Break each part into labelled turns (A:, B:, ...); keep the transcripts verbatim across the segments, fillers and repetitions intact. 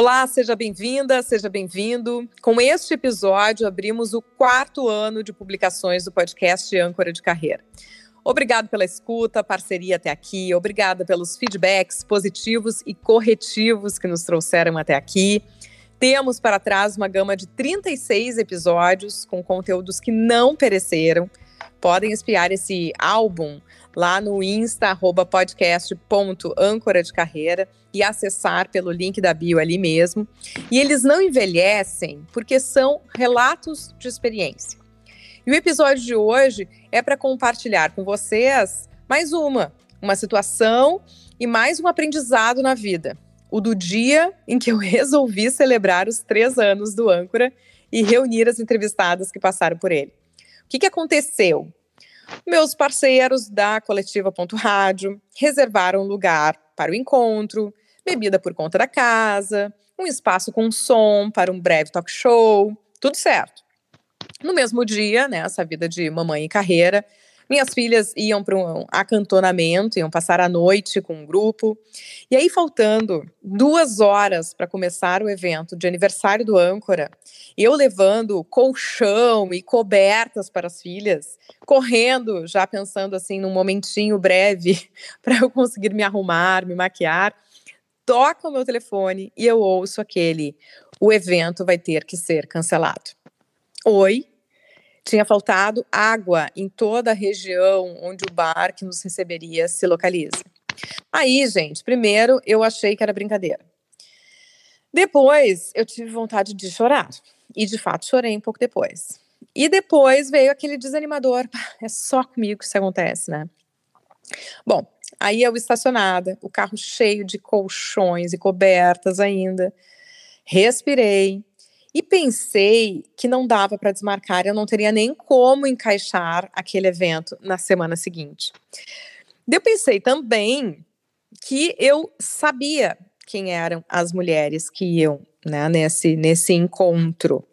A: Olá, seja bem-vinda, seja bem-vindo. Com este episódio, abrimos o quarto ano de publicações do podcast Âncora de Carreira. Obrigado pela escuta, parceria até aqui. Obrigada pelos feedbacks positivos e corretivos que nos trouxeram até aqui. Temos para trás uma gama de trinta e seis episódios com conteúdos que não pereceram. Podem espiar esse álbum lá no Insta, arroba podcast ponto âncora de carreira e acessar pelo link da bio ali mesmo. E eles não envelhecem porque são relatos de experiência. E o episódio de hoje é para compartilhar com vocês mais uma, uma situação e mais um aprendizado na vida. O do dia em que eu resolvi celebrar os três anos do Âncora e reunir as entrevistadas que passaram por ele. O que, que aconteceu? Meus parceiros da Coletiva Ponto Rádio reservaram lugar para o encontro, bebida por conta da casa, um espaço com som para um breve talk show, tudo certo. No mesmo dia, nessa vida de mamãe e carreira, minhas filhas iam para um acantonamento, iam passar a noite com um grupo. E aí, faltando duas horas para começar o evento de aniversário do Âncora, eu levando colchão e cobertas para as filhas, correndo, já pensando assim num momentinho breve para eu conseguir me arrumar, me maquiar, toca o meu telefone e eu ouço aquele: o evento vai ter que ser cancelado. Oi? Tinha faltado água em toda a região onde o bar que nos receberia se localiza. Aí, gente, primeiro eu achei que era brincadeira. Depois eu tive vontade de chorar. E de fato chorei um pouco depois. E depois veio aquele desanimador. É só comigo que isso acontece, né? Bom, aí eu estacionada, o carro cheio de colchões e cobertas ainda. Respirei. E pensei que não dava para desmarcar, eu não teria nem como encaixar aquele evento na semana seguinte. Eu pensei também que eu sabia quem eram as mulheres que iam, né, nesse, nesse encontro.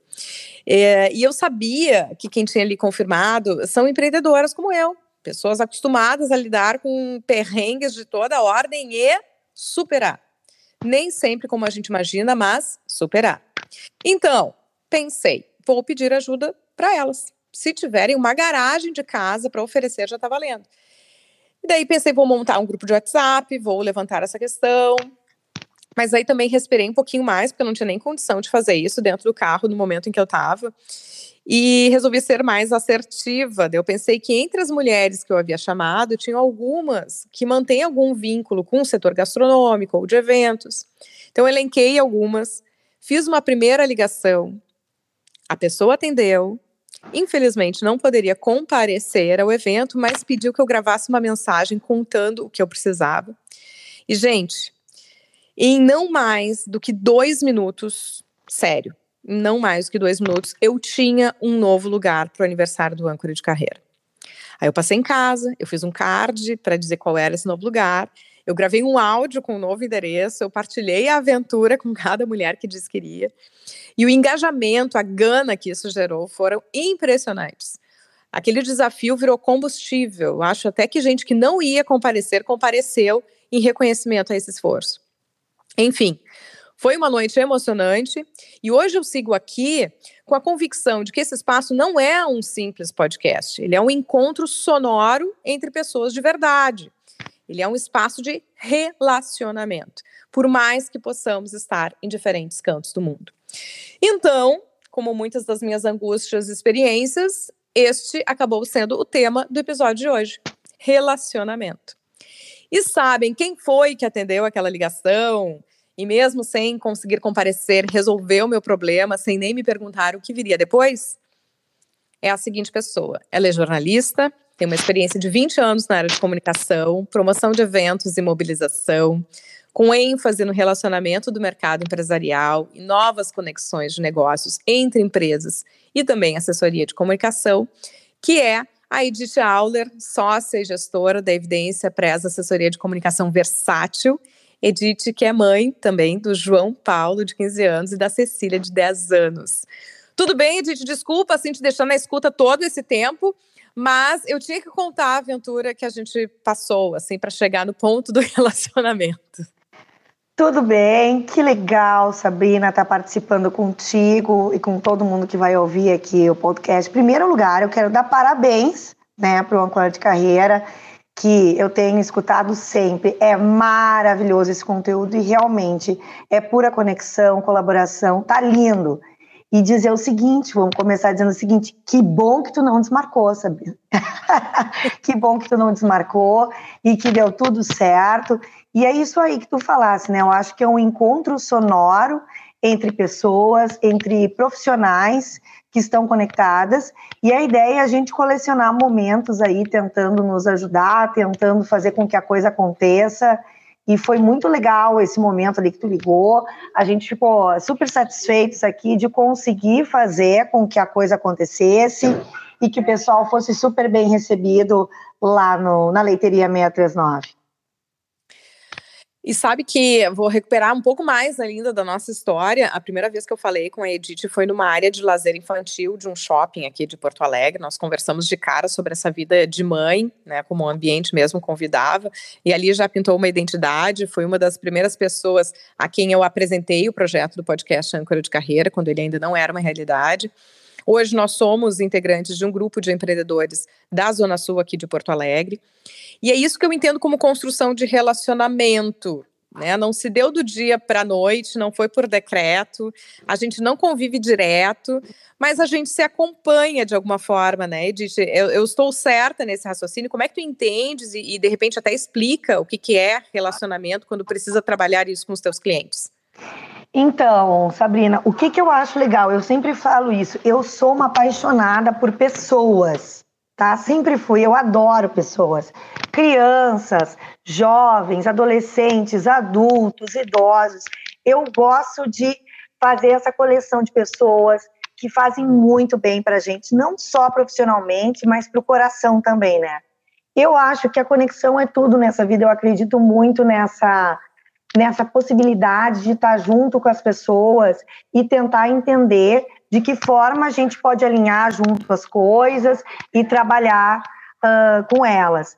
A: É, e eu sabia que quem tinha ali confirmado são empreendedoras como eu, pessoas acostumadas a lidar com perrengues de toda ordem e superar. Nem sempre como a gente imagina, mas superar. Então, pensei, vou pedir ajuda para elas. Se tiverem uma garagem de casa para oferecer, já está valendo. E daí pensei, vou montar um grupo de WhatsApp, vou levantar essa questão. Mas aí também respirei um pouquinho mais, porque eu não tinha nem condição de fazer isso dentro do carro no momento em que eu estava. E resolvi ser mais assertiva. Eu pensei que entre as mulheres que eu havia chamado, tinham algumas que mantêm algum vínculo com o setor gastronômico ou de eventos. Então, elenquei algumas. Fiz uma primeira ligação, a pessoa atendeu, infelizmente não poderia comparecer ao evento, mas pediu que eu gravasse uma mensagem contando o que eu precisava. E, gente, em não mais do que dois minutos, sério, em não mais do que dois minutos, eu tinha um novo lugar para o aniversário do Âncora de Carreira. Aí eu passei em casa, eu fiz um card para dizer qual era esse novo lugar. Eu gravei um áudio com um novo endereço, eu partilhei a aventura com cada mulher que disse que iria. E o engajamento, a gana que isso gerou foram impressionantes. Aquele desafio virou combustível. Eu acho até que gente que não ia comparecer, compareceu em reconhecimento a esse esforço. Enfim, foi uma noite emocionante e hoje eu sigo aqui com a convicção de que esse espaço não é um simples podcast. Ele é um encontro sonoro entre pessoas de verdade. Ele é um espaço de relacionamento, por mais que possamos estar em diferentes cantos do mundo. Então, como muitas das minhas angústias e experiências, este acabou sendo o tema do episódio de hoje: relacionamento. E sabem quem foi que atendeu aquela ligação e mesmo sem conseguir comparecer, resolveu o meu problema sem nem me perguntar o que viria depois? É a seguinte pessoa. Ela é jornalista, tem uma experiência de vinte anos na área de comunicação, promoção de eventos e mobilização, com ênfase no relacionamento do mercado empresarial e novas conexões de negócios entre empresas e também assessoria de comunicação, que é a Edith Auler, sócia e gestora da Evidência Presa Assessoria de Comunicação Versátil. Edith, que é mãe também do João Paulo, de quinze anos, e da Cecília, de dez anos. Tudo bem, Edith? Desculpa, assim, te deixando na escuta todo esse tempo, mas eu tinha que contar a aventura que a gente passou, assim, para chegar no ponto do relacionamento.
B: Tudo bem, que legal, Sabrina, estar tá participando contigo e com todo mundo que vai ouvir aqui o podcast. Em primeiro lugar, eu quero dar parabéns, né, para o Âncora de Carreira, que eu tenho escutado sempre. É maravilhoso esse conteúdo e realmente é pura conexão, colaboração, tá lindo. E dizer o seguinte, vamos começar dizendo o seguinte, que bom que tu não desmarcou, Sabrina. Que bom que tu não desmarcou e que deu tudo certo. E é isso aí que tu falasse, né? Eu acho que é um encontro sonoro entre pessoas, entre profissionais que estão conectadas, e a ideia é a gente colecionar momentos aí, tentando nos ajudar, tentando fazer com que a coisa aconteça. E foi muito legal esse momento ali que tu ligou. A gente ficou super satisfeitos aqui de conseguir fazer com que a coisa acontecesse e que o pessoal fosse super bem recebido lá no, na Leiteria seiscentos e trinta e nove.
A: E sabe que vou recuperar um pouco mais ainda da nossa história. A primeira vez que eu falei com a Edith foi numa área de lazer infantil de um shopping aqui de Porto Alegre. Nós conversamos de cara sobre essa vida de mãe, né, como o ambiente mesmo convidava. E ali já pintou uma identidade. Foi uma das primeiras pessoas a quem eu apresentei o projeto do podcast Âncora de Carreira, quando ele ainda não era uma realidade. Hoje nós somos integrantes de um grupo de empreendedores da Zona Sul aqui de Porto Alegre. E é isso que eu entendo como construção de relacionamento, né? Não se deu do dia para a noite, não foi por decreto, a gente não convive direto, mas a gente se acompanha de alguma forma, né, Edith? Eu, eu estou certa nesse raciocínio. Como é que tu entendes e, e de repente até explica o que, que é relacionamento quando precisa trabalhar isso com os teus clientes?
B: Então, Sabrina, o que, que eu acho legal? Eu sempre falo isso, eu sou uma apaixonada por pessoas, tá? Sempre fui, eu adoro pessoas. Crianças, jovens, adolescentes, adultos, idosos. Eu gosto de fazer essa coleção de pessoas que fazem muito bem pra gente, não só profissionalmente, mas pro coração também, né? Eu acho que a conexão é tudo nessa vida, eu acredito muito nessa... nessa possibilidade de estar junto com as pessoas e tentar entender de que forma a gente pode alinhar junto as coisas e trabalhar uh, com elas.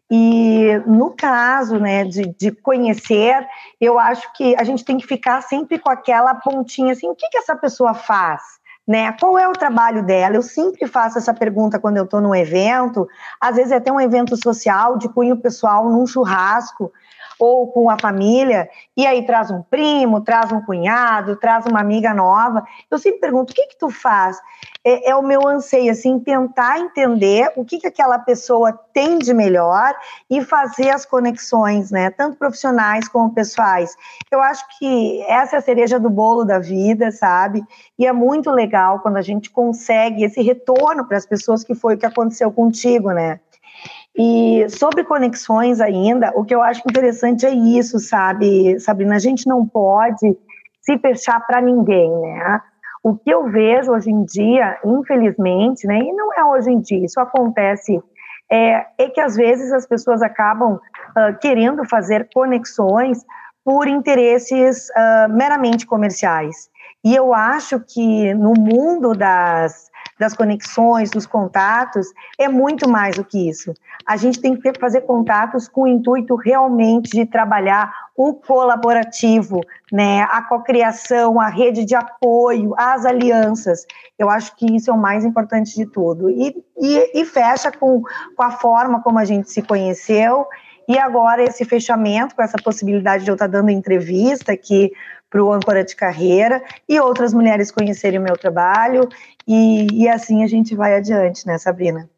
B: E no caso, né, de, de conhecer, eu acho que a gente tem que ficar sempre com aquela pontinha assim, o que, que essa pessoa faz? Né? Qual é o trabalho dela? Eu sempre faço essa pergunta quando eu estou num evento, às vezes é até um evento social de cunho pessoal, num churrasco, ou com a família, e aí traz um primo, traz um cunhado, traz uma amiga nova. Eu sempre pergunto, o que que tu faz? É, é o meu anseio, assim, tentar entender o que que aquela pessoa tem de melhor e fazer as conexões, né, tanto profissionais como pessoais. Eu acho que essa é a cereja do bolo da vida, sabe? E é muito legal quando a gente consegue esse retorno para as pessoas, que foi o que aconteceu contigo, né? E sobre conexões ainda, o que eu acho interessante é isso, sabe, Sabrina? A gente não pode se fechar para ninguém, né? O que eu vejo hoje em dia, infelizmente, né, e não é hoje em dia, isso acontece, é, é que às vezes as pessoas acabam uh, querendo fazer conexões por interesses uh, meramente comerciais. E eu acho que no mundo das... das conexões, dos contatos, é muito mais do que isso. A gente tem que fazer contatos com o intuito realmente de trabalhar o colaborativo, né, a cocriação, a rede de apoio, as alianças. Eu acho que isso é o mais importante de tudo. E, e, e fecha com, com a forma como a gente se conheceu, e agora esse fechamento, com essa possibilidade de eu estar dando entrevista aqui para o Âncora de Carreira, e outras mulheres conhecerem o meu trabalho, e, e assim a gente vai adiante, né, Sabrina?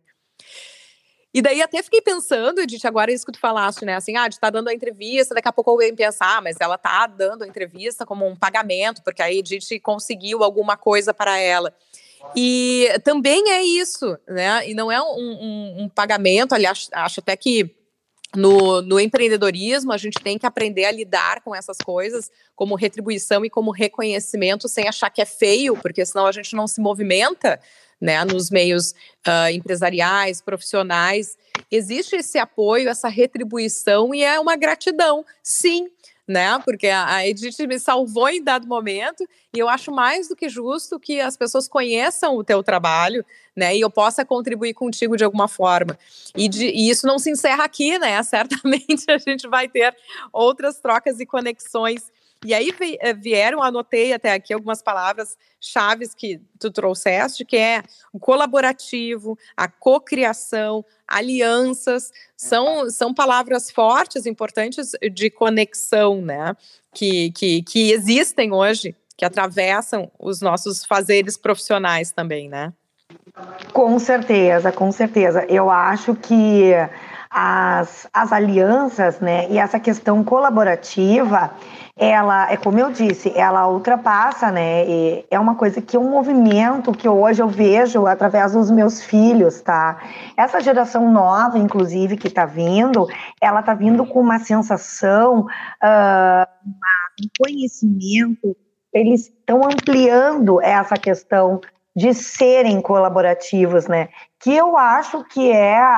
A: E daí até fiquei pensando, Edith, agora isso que tu falaste, né, assim, ah, de estar dando a entrevista, daqui a pouco alguém pensar, ah, mas ela tá dando a entrevista como um pagamento, porque a Edith conseguiu alguma coisa para ela. E também é isso, né, e não é um, um, um pagamento, aliás, acho até que No, no empreendedorismo, a gente tem que aprender a lidar com essas coisas como retribuição e como reconhecimento, sem achar que é feio, porque senão a gente não se movimenta, né, nos meios uh, empresariais, profissionais. Existe esse apoio, essa retribuição, e é uma gratidão, sim, né, porque a, a Edith me salvou em dado momento, e eu acho mais do que justo que as pessoas conheçam o teu trabalho, né, e eu possa contribuir contigo de alguma forma. E, de, e isso não se encerra aqui, né, certamente a gente vai ter outras trocas e conexões E aí vieram, anotei até aqui algumas palavras chaves que tu trouxeste, que é o colaborativo, a cocriação, alianças, são, são palavras fortes, importantes de conexão, né, que, que, que existem hoje, que atravessam os nossos fazeres profissionais também, né?
B: Com certeza, com certeza. Eu acho que as, as alianças, né, e essa questão colaborativa, ela, é como eu disse, ela ultrapassa, né, e é uma coisa que é um movimento que hoje eu vejo através dos meus filhos, tá? Essa geração nova, inclusive, que tá vindo, ela tá vindo com uma sensação, uh, um conhecimento, eles estão ampliando essa questão de serem colaborativos, né? Que eu acho que é a,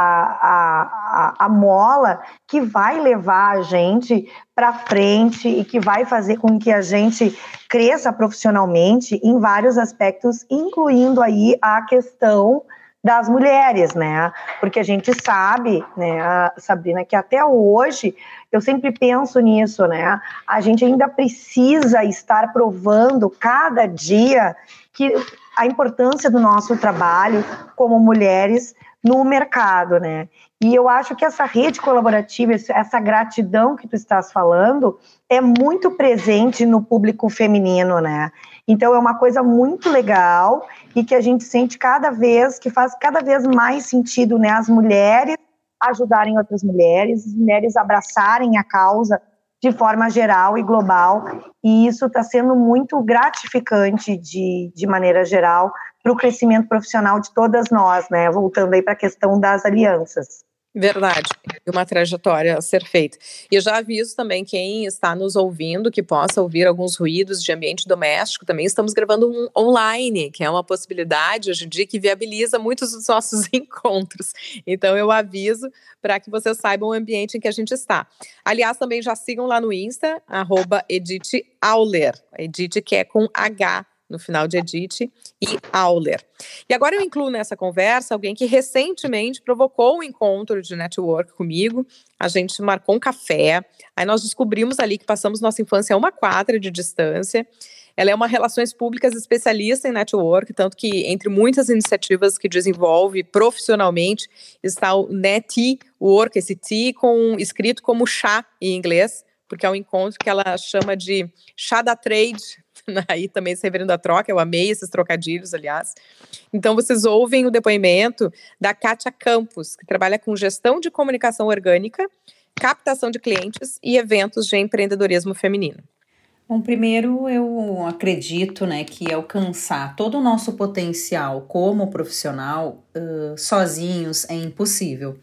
B: a, a, a mola que vai levar a gente para frente e que vai fazer com que a gente cresça profissionalmente em vários aspectos, incluindo aí a questão das mulheres, né? Porque a gente sabe, né, Sabrina, que até hoje, eu sempre penso nisso, né? A gente ainda precisa estar provando cada dia que a importância do nosso trabalho como mulheres no mercado, né? E eu acho que essa rede colaborativa, essa gratidão que tu estás falando, é muito presente no público feminino, né? Então é uma coisa muito legal e que a gente sente cada vez, que faz cada vez mais sentido, né? As mulheres ajudarem outras mulheres, as mulheres abraçarem a causa de forma geral e global, e isso está sendo muito gratificante de, de maneira geral para o crescimento profissional de todas nós, né? Voltando aí para a questão das alianças.
A: Verdade, uma trajetória a ser feita. E eu já aviso também quem está nos ouvindo que possa ouvir alguns ruídos de ambiente doméstico. Também estamos gravando um online, que é uma possibilidade hoje em dia que viabiliza muitos dos nossos encontros. Então eu aviso para que vocês saibam o ambiente em que a gente está. Aliás, também já sigam lá no Insta, arroba Edith Auler, Edith que é com H no final de Edith e Auler. E agora eu incluo nessa conversa alguém que recentemente provocou um encontro de network comigo. A gente marcou um café, aí nós descobrimos ali que passamos nossa infância a uma quadra de distância. Ela é uma relações públicas especialista em network, tanto que entre muitas iniciativas que desenvolve profissionalmente está o Network, esse T com, escrito como chá em inglês, porque é um encontro que ela chama de chá da trade, aí também se referindo à troca, eu amei esses trocadilhos, aliás. Então vocês ouvem o depoimento da Kátia Campos, que trabalha com gestão de comunicação orgânica, captação de clientes e eventos de empreendedorismo feminino.
C: Bom, primeiro eu acredito, né, que alcançar todo o nosso potencial como profissional uh, sozinhos é impossível.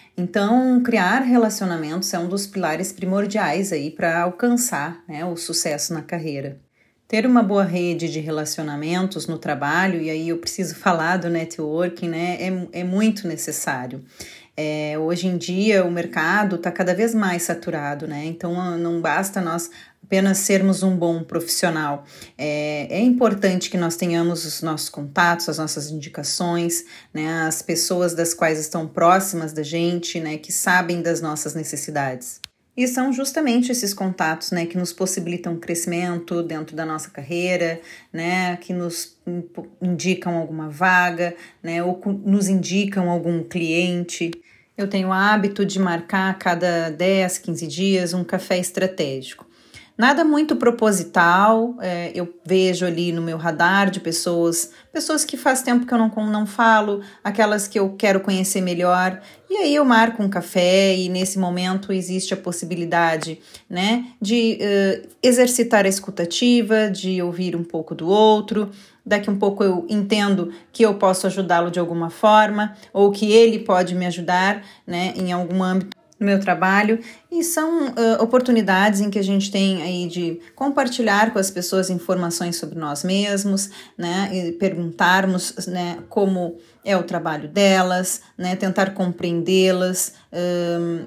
C: Então, criar relacionamentos é um dos pilares primordiais aí para alcançar, né, o sucesso na carreira. Ter uma boa rede de relacionamentos no trabalho, e aí eu preciso falar do networking, né, é, é muito necessário. É, hoje em dia o mercado está cada vez mais saturado, né? Então não basta nós apenas sermos um bom profissional. É, é importante que nós tenhamos os nossos contatos, as nossas indicações, né? As pessoas das quais estão próximas da gente, né? Que sabem das nossas necessidades. E são justamente esses contatos, né, que nos possibilitam crescimento dentro da nossa carreira, né, que nos indicam alguma vaga, né, ou nos indicam algum cliente. Eu tenho o hábito de marcar a cada dez, quinze dias um café estratégico. Nada muito proposital, é, eu vejo ali no meu radar de pessoas, pessoas que faz tempo que eu não, não falo, aquelas que eu quero conhecer melhor, e aí eu marco um café e nesse momento existe a possibilidade, né, de uh, exercitar a escutativa, de ouvir um pouco do outro. Daqui um pouco eu entendo que eu posso ajudá-lo de alguma forma, ou que ele pode me ajudar, né, em algum âmbito no meu trabalho, e são uh, oportunidades em que a gente tem aí de compartilhar com as pessoas informações sobre nós mesmos, né, e perguntarmos, né, como é o trabalho delas, né, tentar compreendê-las. Um,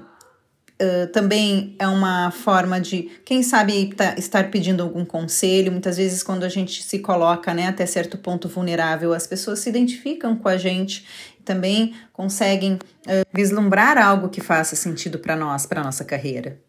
C: Uh, também é uma forma de, quem sabe, tá, estar pedindo algum conselho. Muitas vezes quando a gente se coloca, né, até certo ponto vulnerável, as pessoas se identificam com a gente e também conseguem uh, vislumbrar algo que faça sentido para nós, para a nossa carreira.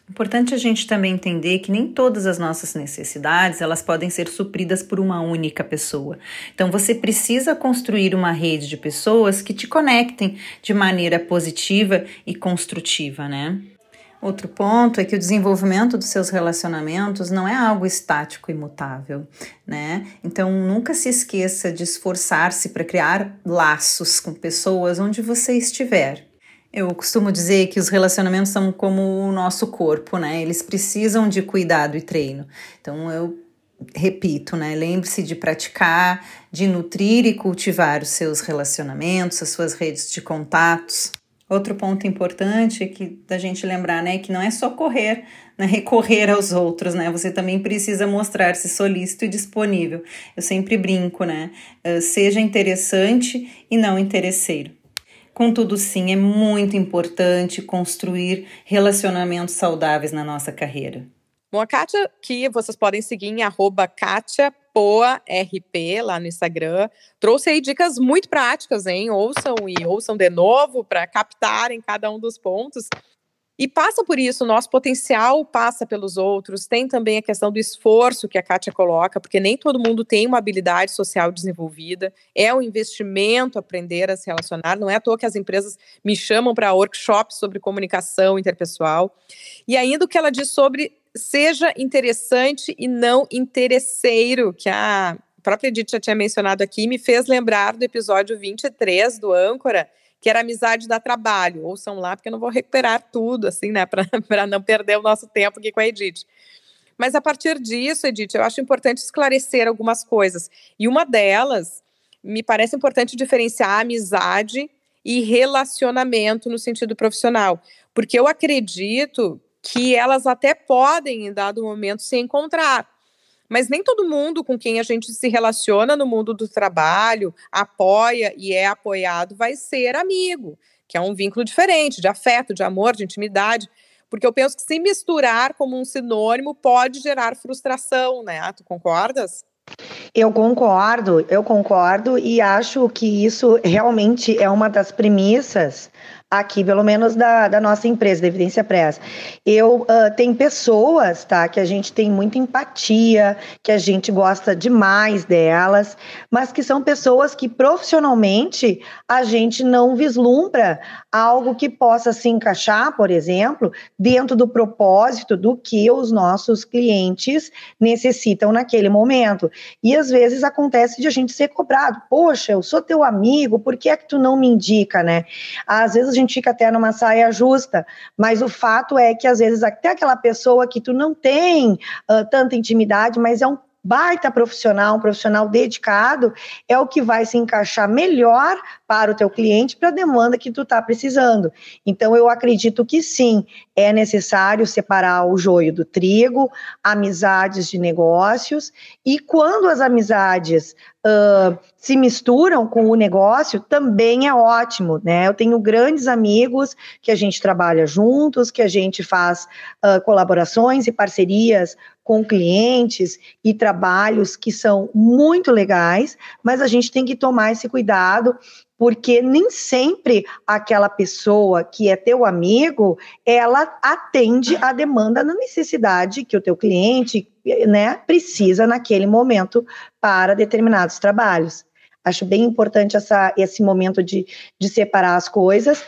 C: Importante a gente também entender que nem todas as nossas necessidades elas podem ser supridas por uma única pessoa. Então você precisa construir uma rede de pessoas que te conectem de maneira positiva e construtiva, né? Outro ponto é que o desenvolvimento dos seus relacionamentos não é algo estático e imutável, né? Então nunca se esqueça de esforçar-se para criar laços com pessoas onde você estiver. Eu costumo dizer que os relacionamentos são como o nosso corpo, né? Eles precisam de cuidado e treino. Então, eu repito, né? Lembre-se de praticar, de nutrir e cultivar os seus relacionamentos, as suas redes de contatos. Outro ponto importante é que da gente lembrar, né? Que não é só correr, né, recorrer aos outros, né? Você também precisa mostrar-se solícito e disponível. Eu sempre brinco, né? Uh, seja interessante e não interesseiro. Contudo, sim, é muito importante construir relacionamentos saudáveis na nossa carreira.
A: Bom, a Kátia, que vocês podem seguir em arroba Kátia Poa R P lá no Instagram, trouxe aí dicas muito práticas, hein? Ouçam e ouçam de novo para captarem cada um dos pontos. E passa por isso, o nosso potencial passa pelos outros, tem também a questão do esforço que a Kátia coloca, porque nem todo mundo tem uma habilidade social desenvolvida, é um investimento aprender a se relacionar, não é à toa que as empresas me chamam para workshops sobre comunicação interpessoal, e ainda o que ela diz sobre seja interessante e não interesseiro, que a própria Edith já tinha mencionado aqui, me fez lembrar do episódio vinte e três do Âncora, que era amizade dá trabalho. Ouçam lá, porque eu não vou recuperar tudo, assim, né, para não perder o nosso tempo aqui com a Edith. Mas a partir disso, Edith, eu acho importante esclarecer algumas coisas. E uma delas, me parece importante diferenciar amizade e relacionamento no sentido profissional. Porque eu acredito que elas até podem, em dado momento, se encontrar. Mas nem todo mundo com quem a gente se relaciona no mundo do trabalho, apoia e é apoiado, vai ser amigo, que é um vínculo diferente, de afeto, de amor, de intimidade, porque eu penso que se misturar como um sinônimo pode gerar frustração, né? Tu concordas?
B: Eu concordo, eu concordo e acho que isso realmente é uma das premissas aqui, pelo menos da, da nossa empresa, da Evidência Press. Eu, uh, tem pessoas, tá, que a gente tem muita empatia, que a gente gosta demais delas, mas que são pessoas que profissionalmente a gente não vislumbra algo que possa se encaixar, por exemplo, dentro do propósito do que os nossos clientes necessitam naquele momento. E às vezes acontece de a gente ser cobrado. Poxa, eu sou teu amigo, por que é que tu não me indica, né? Às vezes a gente fica até numa saia justa, mas o fato é que às vezes até aquela pessoa que tu não tem uh, tanta intimidade, mas é um baita profissional, um profissional dedicado, é o que vai se encaixar melhor para o teu cliente, para a demanda que tu está precisando. Então, eu acredito que sim, é necessário separar o joio do trigo, amizades de negócios, e quando as amizades uh, se misturam com o negócio, também é ótimo, né? Eu tenho grandes amigos que a gente trabalha juntos, que a gente faz uh, colaborações e parcerias com clientes e trabalhos que são muito legais, mas a gente tem que tomar esse cuidado, porque nem sempre aquela pessoa que é teu amigo, ela atende a demanda na necessidade que o teu cliente, né, precisa naquele momento para determinados trabalhos. Acho bem importante essa, esse momento de, de separar as coisas,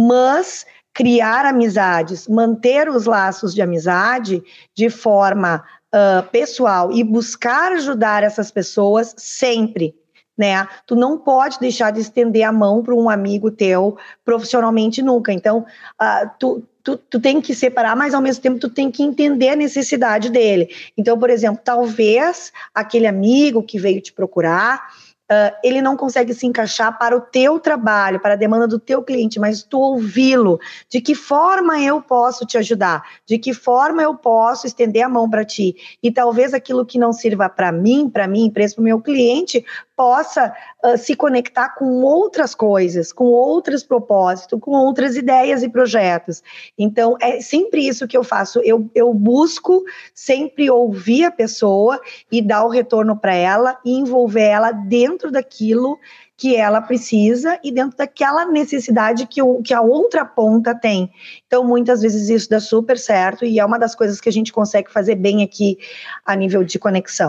B: mas criar amizades, manter os laços de amizade de forma uh, pessoal e buscar ajudar essas pessoas sempre, né? Tu não pode deixar de estender a mão para um amigo teu profissionalmente nunca. Então, uh, tu, tu, tu tem que separar, mas ao mesmo tempo tu tem que entender a necessidade dele. Então, por exemplo, talvez aquele amigo que veio te procurar, Uh, ele não consegue se encaixar para o teu trabalho, para a demanda do teu cliente, mas tu ouvi-lo, de que forma eu posso te ajudar, de que forma eu posso estender a mão para ti, e talvez aquilo que não sirva para mim, para minha empresa, para o meu cliente, possa uh, se conectar com outras coisas, com outros propósitos, com outras ideias e projetos. Então, é sempre isso que eu faço. Eu, eu busco sempre ouvir a pessoa e dar o retorno para ela e envolver ela dentro daquilo que ela precisa e dentro daquela necessidade que, o, que a outra ponta tem. Então, muitas vezes isso dá super certo e é uma das coisas que a gente consegue fazer bem aqui a nível de conexão.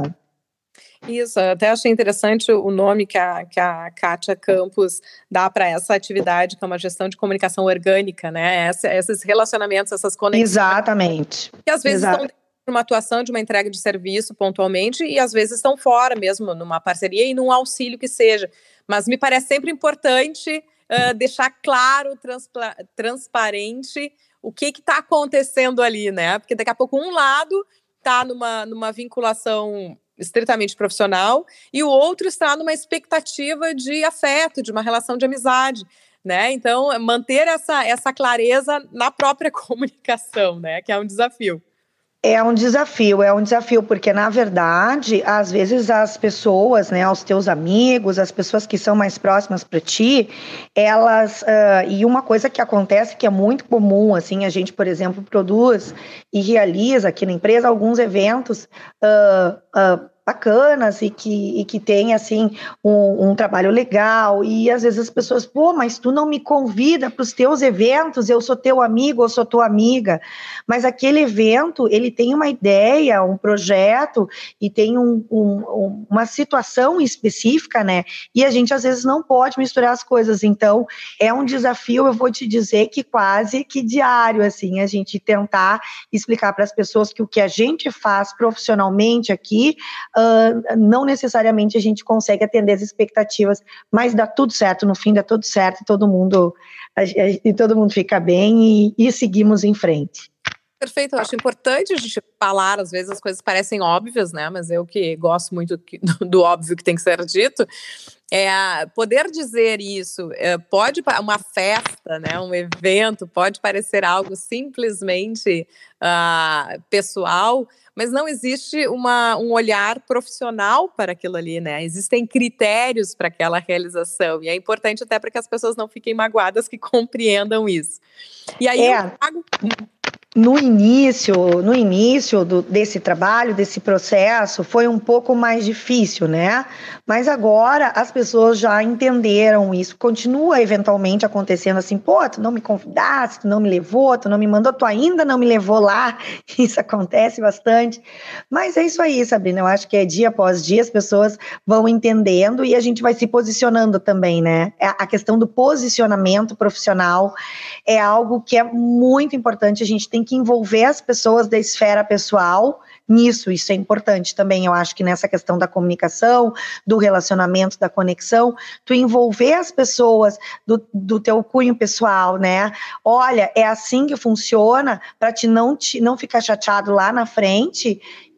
A: Isso, eu até achei interessante o nome que a, que a Kátia Campos dá para essa atividade, que é uma gestão de comunicação orgânica, né? Essa, esses relacionamentos, essas conexões.
B: Exatamente.
A: Que às vezes
B: Exato.
A: estão uma atuação de uma entrega de serviço pontualmente e às vezes estão fora mesmo, numa parceria e num auxílio que seja. Mas me parece sempre importante uh, deixar claro, transpa- transparente o que está acontecendo ali, né? Porque daqui a pouco um lado está numa, numa vinculação estritamente profissional e o outro está numa expectativa de afeto, de uma relação de amizade, né? Então, manter essa, essa clareza na própria comunicação, né? Que é um desafio.
B: É um desafio, é um desafio, porque, na verdade, às vezes as pessoas, né, os teus amigos, as pessoas que são mais próximas para ti, elas, uh, e uma coisa que acontece que é muito comum, assim, a gente, por exemplo, produz e realiza aqui na empresa alguns eventos uh, uh, bacanas e que, e que tem, assim, um, um trabalho legal, e às vezes as pessoas, pô, mas tu não me convida para os teus eventos, eu sou teu amigo, eu sou tua amiga, mas aquele evento, ele tem uma ideia, um projeto, e tem um, um, uma situação específica, né, e a gente às vezes não pode misturar as coisas, então é um desafio, eu vou te dizer que quase que diário, assim, a gente tentar explicar para as pessoas que o que a gente faz profissionalmente aqui, Uh, não necessariamente a gente consegue atender as expectativas, mas dá tudo certo, no fim dá tudo certo e todo mundo, a, a, e todo mundo fica bem e, e seguimos em frente.
A: Perfeito, eu acho importante a gente falar, às vezes as coisas parecem óbvias, né, mas eu que gosto muito do, do óbvio que tem que ser dito, é, poder dizer isso, é, pode, uma festa, né, um evento, pode parecer algo simplesmente uh, pessoal, mas não existe uma, um olhar profissional para aquilo ali, né? Existem critérios para aquela realização, e é importante até para que as pessoas não fiquem magoadas, que compreendam isso. E aí
B: é.
A: eu trago...
B: No início, no início do, desse trabalho, desse processo, foi um pouco mais difícil, né? Mas agora as pessoas já entenderam isso. Continua eventualmente acontecendo assim, pô, tu não me convidaste, tu não me levou, tu não me mandou, tu ainda não me levou lá. Isso acontece bastante. Mas é isso aí, Sabrina. Eu acho que é dia após dia as pessoas vão entendendo e a gente vai se posicionando também, né? A questão do posicionamento profissional é algo que é muito importante. A gente tem que envolver as pessoas da esfera pessoal nisso, isso é importante também, eu acho que nessa questão da comunicação, do relacionamento, da conexão, tu envolver as pessoas do, do teu cunho pessoal, né? Olha, é assim que funciona, para te não, te não ficar chateado lá na frente,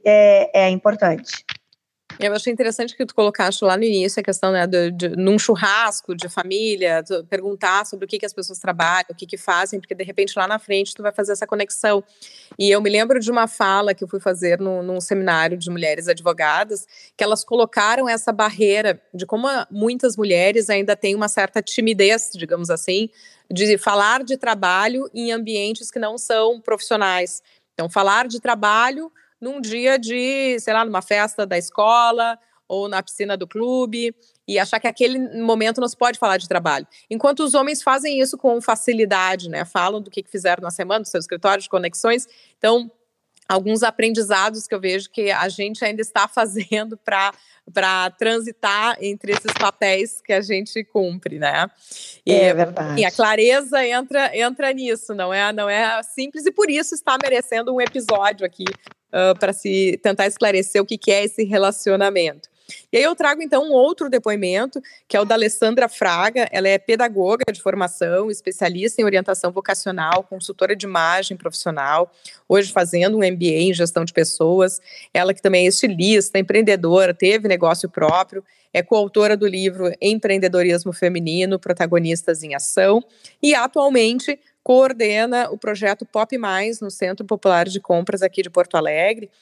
B: é, é importante.
A: Eu achei interessante que tu colocaste lá no início a questão, né, de, de, num churrasco de família, perguntar sobre o que, que as pessoas trabalham, o que, que fazem, porque de repente lá na frente tu vai fazer essa conexão. E eu me lembro de uma fala que eu fui fazer no, num seminário de mulheres advogadas, que elas colocaram essa barreira de como muitas mulheres ainda têm uma certa timidez, digamos assim, de falar de trabalho em ambientes que não são profissionais. Então, falar de trabalho num dia de, sei lá, numa festa da escola ou na piscina do clube, e achar que aquele momento não se pode falar de trabalho. Enquanto os homens fazem isso com facilidade, né? Falam do que fizeram na semana, do seu escritório de conexões. Então, alguns aprendizados que eu vejo que a gente ainda está fazendo para para transitar entre esses papéis que a gente cumpre, né?
B: E, é verdade.
A: E a clareza entra, entra nisso, não é, não é simples, e por isso está merecendo um episódio aqui uh, para se tentar esclarecer o que, que é esse relacionamento. E aí eu trago então um outro depoimento, que é o da Alessandra Fraga. Ela é pedagoga de formação, especialista em orientação vocacional, consultora de imagem profissional, hoje fazendo um M B A em gestão de pessoas. Ela que também é estilista, empreendedora, teve negócio próprio, é coautora do livro Empreendedorismo Feminino, Protagonistas em Ação, e atualmente coordena o projeto Pop Mais no Centro Popular de Compras aqui de Porto Alegre.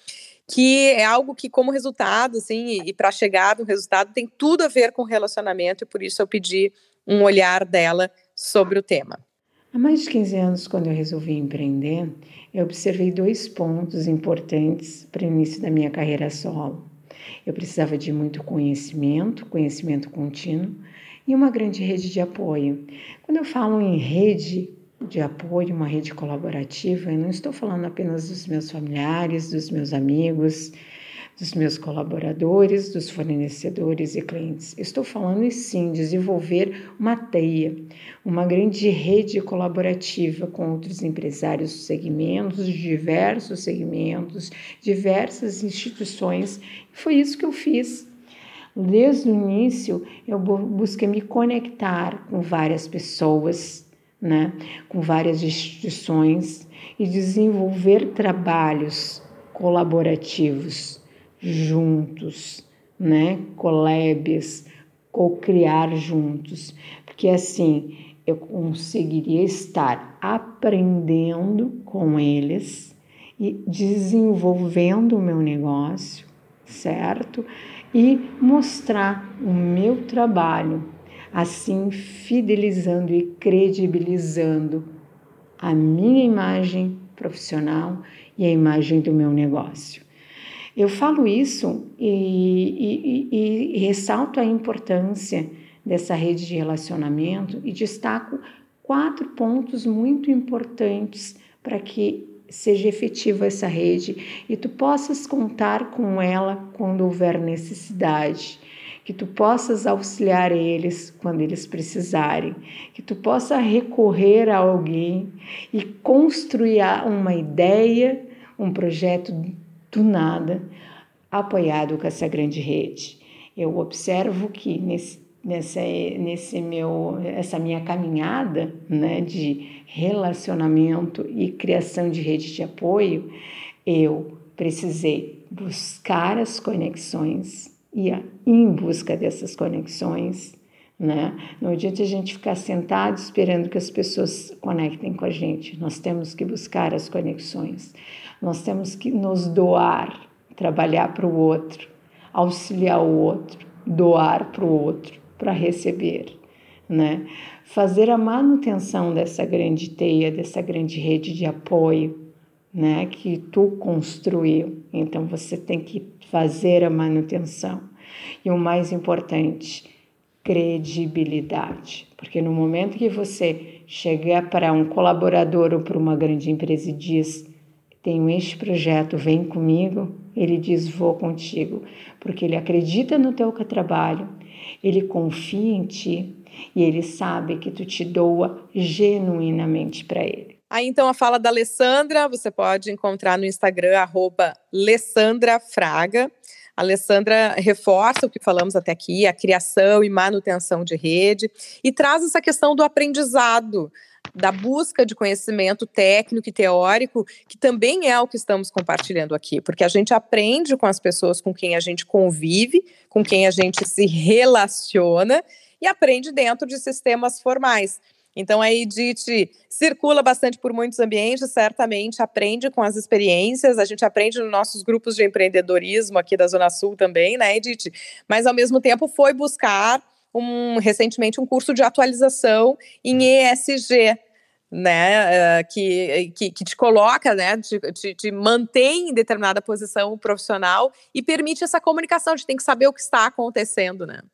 A: que é algo que, como resultado, assim, e, e para chegar no resultado, tem tudo a ver com relacionamento, e por isso eu pedi um olhar dela sobre o tema.
D: Há mais de quinze anos, quando eu resolvi empreender, eu observei dois pontos importantes para o início da minha carreira solo. Eu precisava de muito conhecimento, conhecimento contínuo, e uma grande rede de apoio. Quando eu falo em rede de apoio, uma rede colaborativa, eu não estou falando apenas dos meus familiares, dos meus amigos, dos meus colaboradores, dos fornecedores e clientes. Estou falando, sim, desenvolver uma teia, uma grande rede colaborativa com outros empresários dos segmentos, diversos segmentos, diversas instituições. Foi isso que eu fiz. Desde o início, eu busquei me conectar com várias pessoas, né, com várias instituições e desenvolver trabalhos colaborativos juntos, né, collabs, co-criar juntos, porque assim eu conseguiria estar aprendendo com eles e desenvolvendo o meu negócio, certo? E mostrar o meu trabalho, assim fidelizando e credibilizando a minha imagem profissional e a imagem do meu negócio. Eu falo isso e, e, e ressalto a importância dessa rede de relacionamento e destaco quatro pontos muito importantes para que seja efetiva essa rede e tu possas contar com ela quando houver necessidade, que tu possas auxiliar eles quando eles precisarem, que tu possa recorrer a alguém e construir uma ideia, um projeto do nada, apoiado com essa grande rede. Eu observo que nesse, nessa, nesse meu, essa minha caminhada, né, de relacionamento e criação de rede de apoio, eu precisei buscar as conexões e ir em busca dessas conexões, né? Não adianta a gente ficar sentado esperando que as pessoas conectem com a gente. Nós temos que buscar as conexões. Nós temos que nos doar, trabalhar para o outro, auxiliar o outro, doar para o outro, para receber, né? Fazer a manutenção dessa grande teia, dessa grande rede de apoio, né, que tu construiu. Então você tem que fazer a manutenção. E o mais importante, credibilidade. Porque no momento que você chegar para um colaborador ou para uma grande empresa e diz: tenho este projeto, vem comigo, ele diz: vou contigo. Porque ele acredita no teu trabalho, ele confia em ti e ele sabe que tu te doa genuinamente para ele.
A: Aí então a fala da Alessandra, você pode encontrar no Instagram, arroba Alessandra Fraga. A Alessandra reforça o que falamos até aqui, a criação e manutenção de rede, e traz essa questão do aprendizado, da busca de conhecimento técnico e teórico, que também é o que estamos compartilhando aqui, porque a gente aprende com as pessoas com quem a gente convive, com quem a gente se relaciona, e aprende dentro de sistemas formais. Então a Edith circula bastante por muitos ambientes, certamente aprende com as experiências, a gente aprende nos nossos grupos de empreendedorismo aqui da Zona Sul também, né, Edith? Mas ao mesmo tempo foi buscar um, recentemente um curso de atualização em E S G, né, uh, que, que, que te coloca, né, te, te, te mantém em determinada posição profissional e permite essa comunicação, a gente tem que saber o que está acontecendo, né?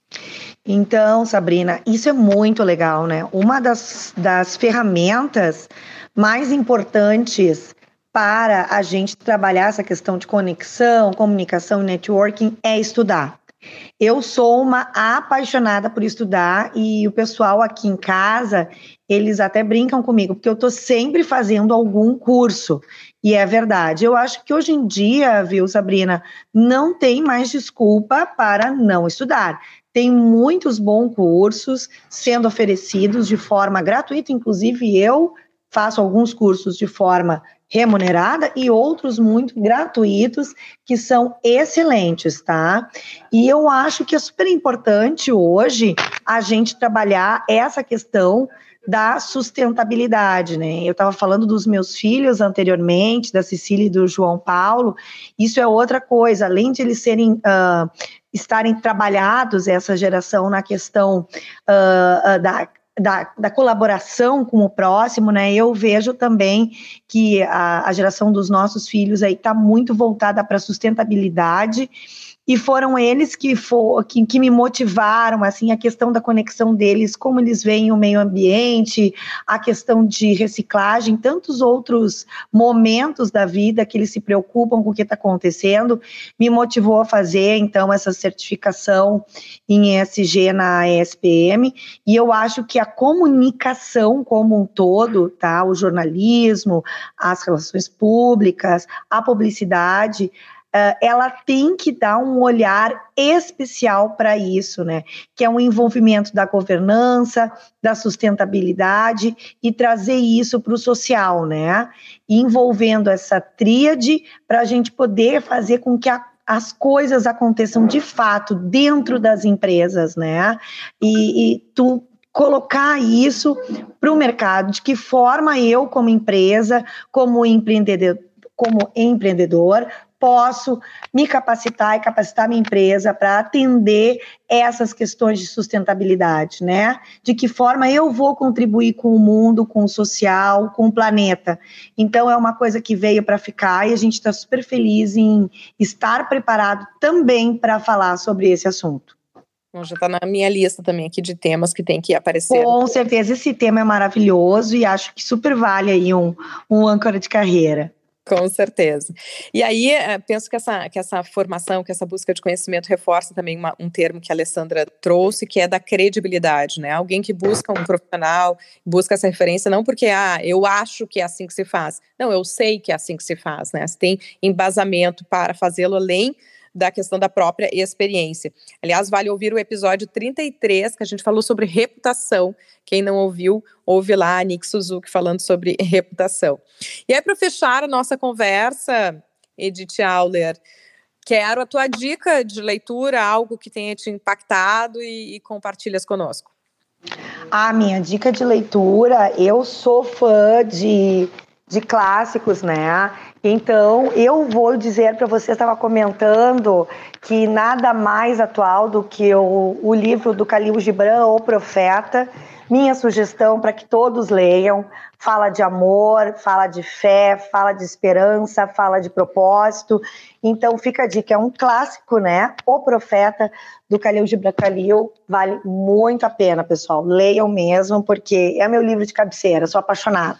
B: Então, Sabrina, isso é muito legal, né? Uma das, das ferramentas mais importantes para a gente trabalhar essa questão de conexão, comunicação e networking é estudar. Eu sou uma apaixonada por estudar e o pessoal aqui em casa, eles até brincam comigo, porque eu estou sempre fazendo algum curso. E é verdade. Eu acho que hoje em dia, viu, Sabrina, não tem mais desculpa para não estudar. Tem muitos bons cursos sendo oferecidos de forma gratuita, inclusive eu faço alguns cursos de forma remunerada e outros muito gratuitos, que são excelentes, tá? E eu acho que é super importante hoje a gente trabalhar essa questão da sustentabilidade, né? Eu estava falando dos meus filhos anteriormente, da Cecília e do João Paulo. Isso é outra coisa, além de eles serem uh, estarem trabalhados, essa geração, na questão uh, uh, da Da, da colaboração com o próximo, né? Eu vejo também que a, a geração dos nossos filhos aí está muito voltada para a sustentabilidade, e foram eles que, for, que, que me motivaram, assim, a questão da conexão deles, como eles veem o meio ambiente, a questão de reciclagem, tantos outros momentos da vida que eles se preocupam com o que está acontecendo, me motivou a fazer, então, essa certificação em E S G na E S P M, e eu acho que a comunicação como um todo, tá, o jornalismo, as relações públicas, a publicidade, Uh, ela tem que dar um olhar especial para isso, né? Que é um envolvimento da governança, da sustentabilidade e trazer isso para o social, né? Envolvendo essa tríade para a gente poder fazer com que a as coisas aconteçam de fato dentro das empresas, né? E, e tu colocar isso para o mercado, de que forma eu, como empresa, como empreendedor, como empreendedor, posso me capacitar e capacitar minha empresa para atender essas questões de sustentabilidade, né? De que forma eu vou contribuir com o mundo, com o social, com o planeta. Então, é uma coisa que veio para ficar e a gente está super feliz em estar preparado também para falar sobre esse assunto.
A: Bom, já está na minha lista também aqui de temas que tem que aparecer.
B: Com certeza, esse tema é maravilhoso e acho que super vale aí um, um âncora de carreira.
A: Com certeza. E aí, penso que essa, que essa formação, que essa busca de conhecimento reforça também uma, um termo que a Alessandra trouxe, que é da credibilidade, né? Alguém que busca um profissional, busca essa referência, não porque, ah, eu acho que é assim que se faz. Não, eu sei que é assim que se faz, né? Você tem embasamento para fazê-lo além da questão da própria experiência. Aliás, vale ouvir o episódio trinta e três, que a gente falou sobre reputação. Quem não ouviu, ouve lá a Nick Suzuki falando sobre reputação. E aí, para fechar a nossa conversa, Edith Auler, quero a tua dica de leitura, algo que tenha te impactado e, e compartilhas conosco.
B: A minha dica de leitura, eu sou fã de, de clássicos, né? Então, eu vou dizer para você, estava comentando que nada mais atual do que o, o livro do Khalil Gibran, O Profeta. Minha sugestão para que todos leiam, fala de amor, fala de fé, fala de esperança, fala de propósito. Então, fica a dica, é um clássico, né? O Profeta, do Khalil Gibran Khalil, vale muito a pena, pessoal. Leiam mesmo, porque é meu livro de cabeceira, sou apaixonada.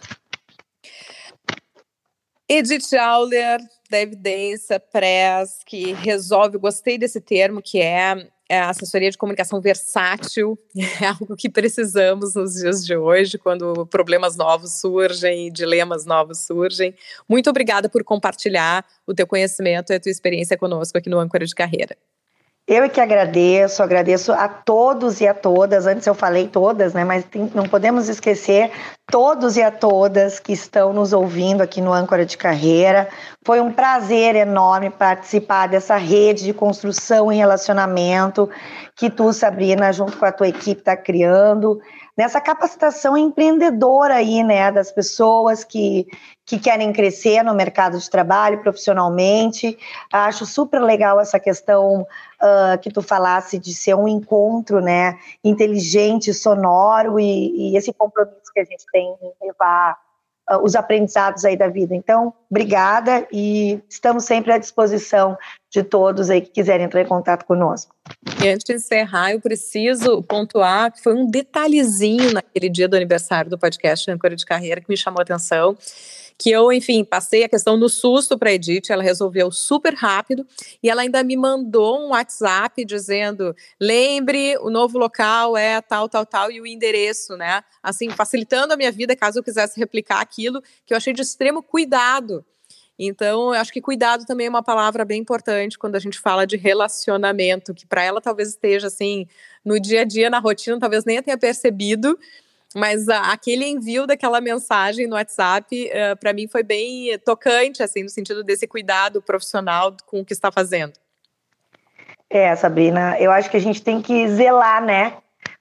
A: Edith Auler, da Evidência Press, que resolve, gostei desse termo, que é, é a assessoria de comunicação versátil, é algo que precisamos nos dias de hoje, quando problemas novos surgem, dilemas novos surgem. Muito obrigada por compartilhar o teu conhecimento e a tua experiência conosco aqui no Âncora de Carreira.
B: Eu é que agradeço, agradeço a todos e a todas, antes eu falei todas, né, mas tem, não podemos esquecer todos e a todas que estão nos ouvindo aqui no Âncora de Carreira. Foi um prazer enorme participar dessa rede de construção e relacionamento que tu, Sabrina, junto com a tua equipe, está criando, nessa capacitação empreendedora aí, né, das pessoas que, que querem crescer no mercado de trabalho profissionalmente. Acho super legal essa questão uh, que tu falasse de ser um encontro, né, inteligente, sonoro e, e esse compromisso que a gente tem em levar uh, os aprendizados aí da vida. Então, obrigada e estamos sempre à disposição de todos aí que quiserem entrar em contato conosco.
A: E antes de encerrar, eu preciso pontuar que foi um detalhezinho naquele dia do aniversário do podcast Âncora de Carreira que me chamou a atenção, que eu, enfim, passei a questão no susto para a Edith, ela resolveu super rápido e ela ainda me mandou um WhatsApp dizendo, lembre, o novo local é tal, tal, tal e o endereço, né? Assim, facilitando a minha vida caso eu quisesse replicar aquilo, que eu achei de extremo cuidado. Então, eu acho que cuidado também é uma palavra bem importante quando a gente fala de relacionamento, que para ela talvez esteja assim, no dia a dia, na rotina, talvez nem a tenha percebido, mas a, aquele envio daquela mensagem no WhatsApp, uh, para mim foi bem tocante, assim, no sentido desse cuidado profissional com o que está fazendo.
B: É, Sabrina, eu acho que a gente tem que zelar, né,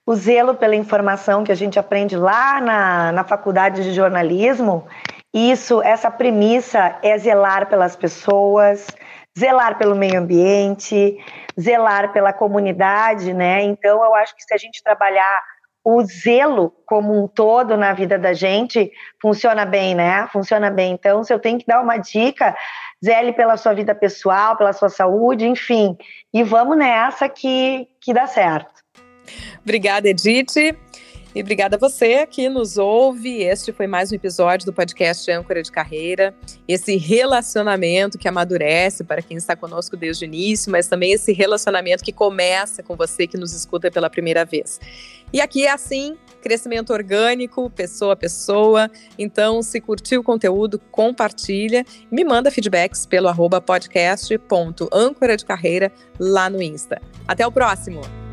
B: o zelo pela informação que a gente aprende lá na, na faculdade de jornalismo, isso, essa premissa é zelar pelas pessoas, zelar pelo meio ambiente, zelar pela comunidade, né? Então, eu acho que se a gente trabalhar o zelo como um todo na vida da gente, funciona bem, né? Funciona bem. Então, se eu tenho que dar uma dica, zele pela sua vida pessoal, pela sua saúde, enfim. E vamos nessa que, que dá certo.
A: Obrigada, Edith. E obrigada a você que nos ouve. Este foi mais um episódio do podcast Âncora de Carreira. Esse relacionamento que amadurece para quem está conosco desde o início, mas também esse relacionamento que começa com você que nos escuta pela primeira vez. E aqui é assim, crescimento orgânico, pessoa a pessoa. Então, se curtiu o conteúdo, compartilha. Me manda feedbacks pelo arroba podcast ponto âncora de carreira lá no Insta. Até o próximo!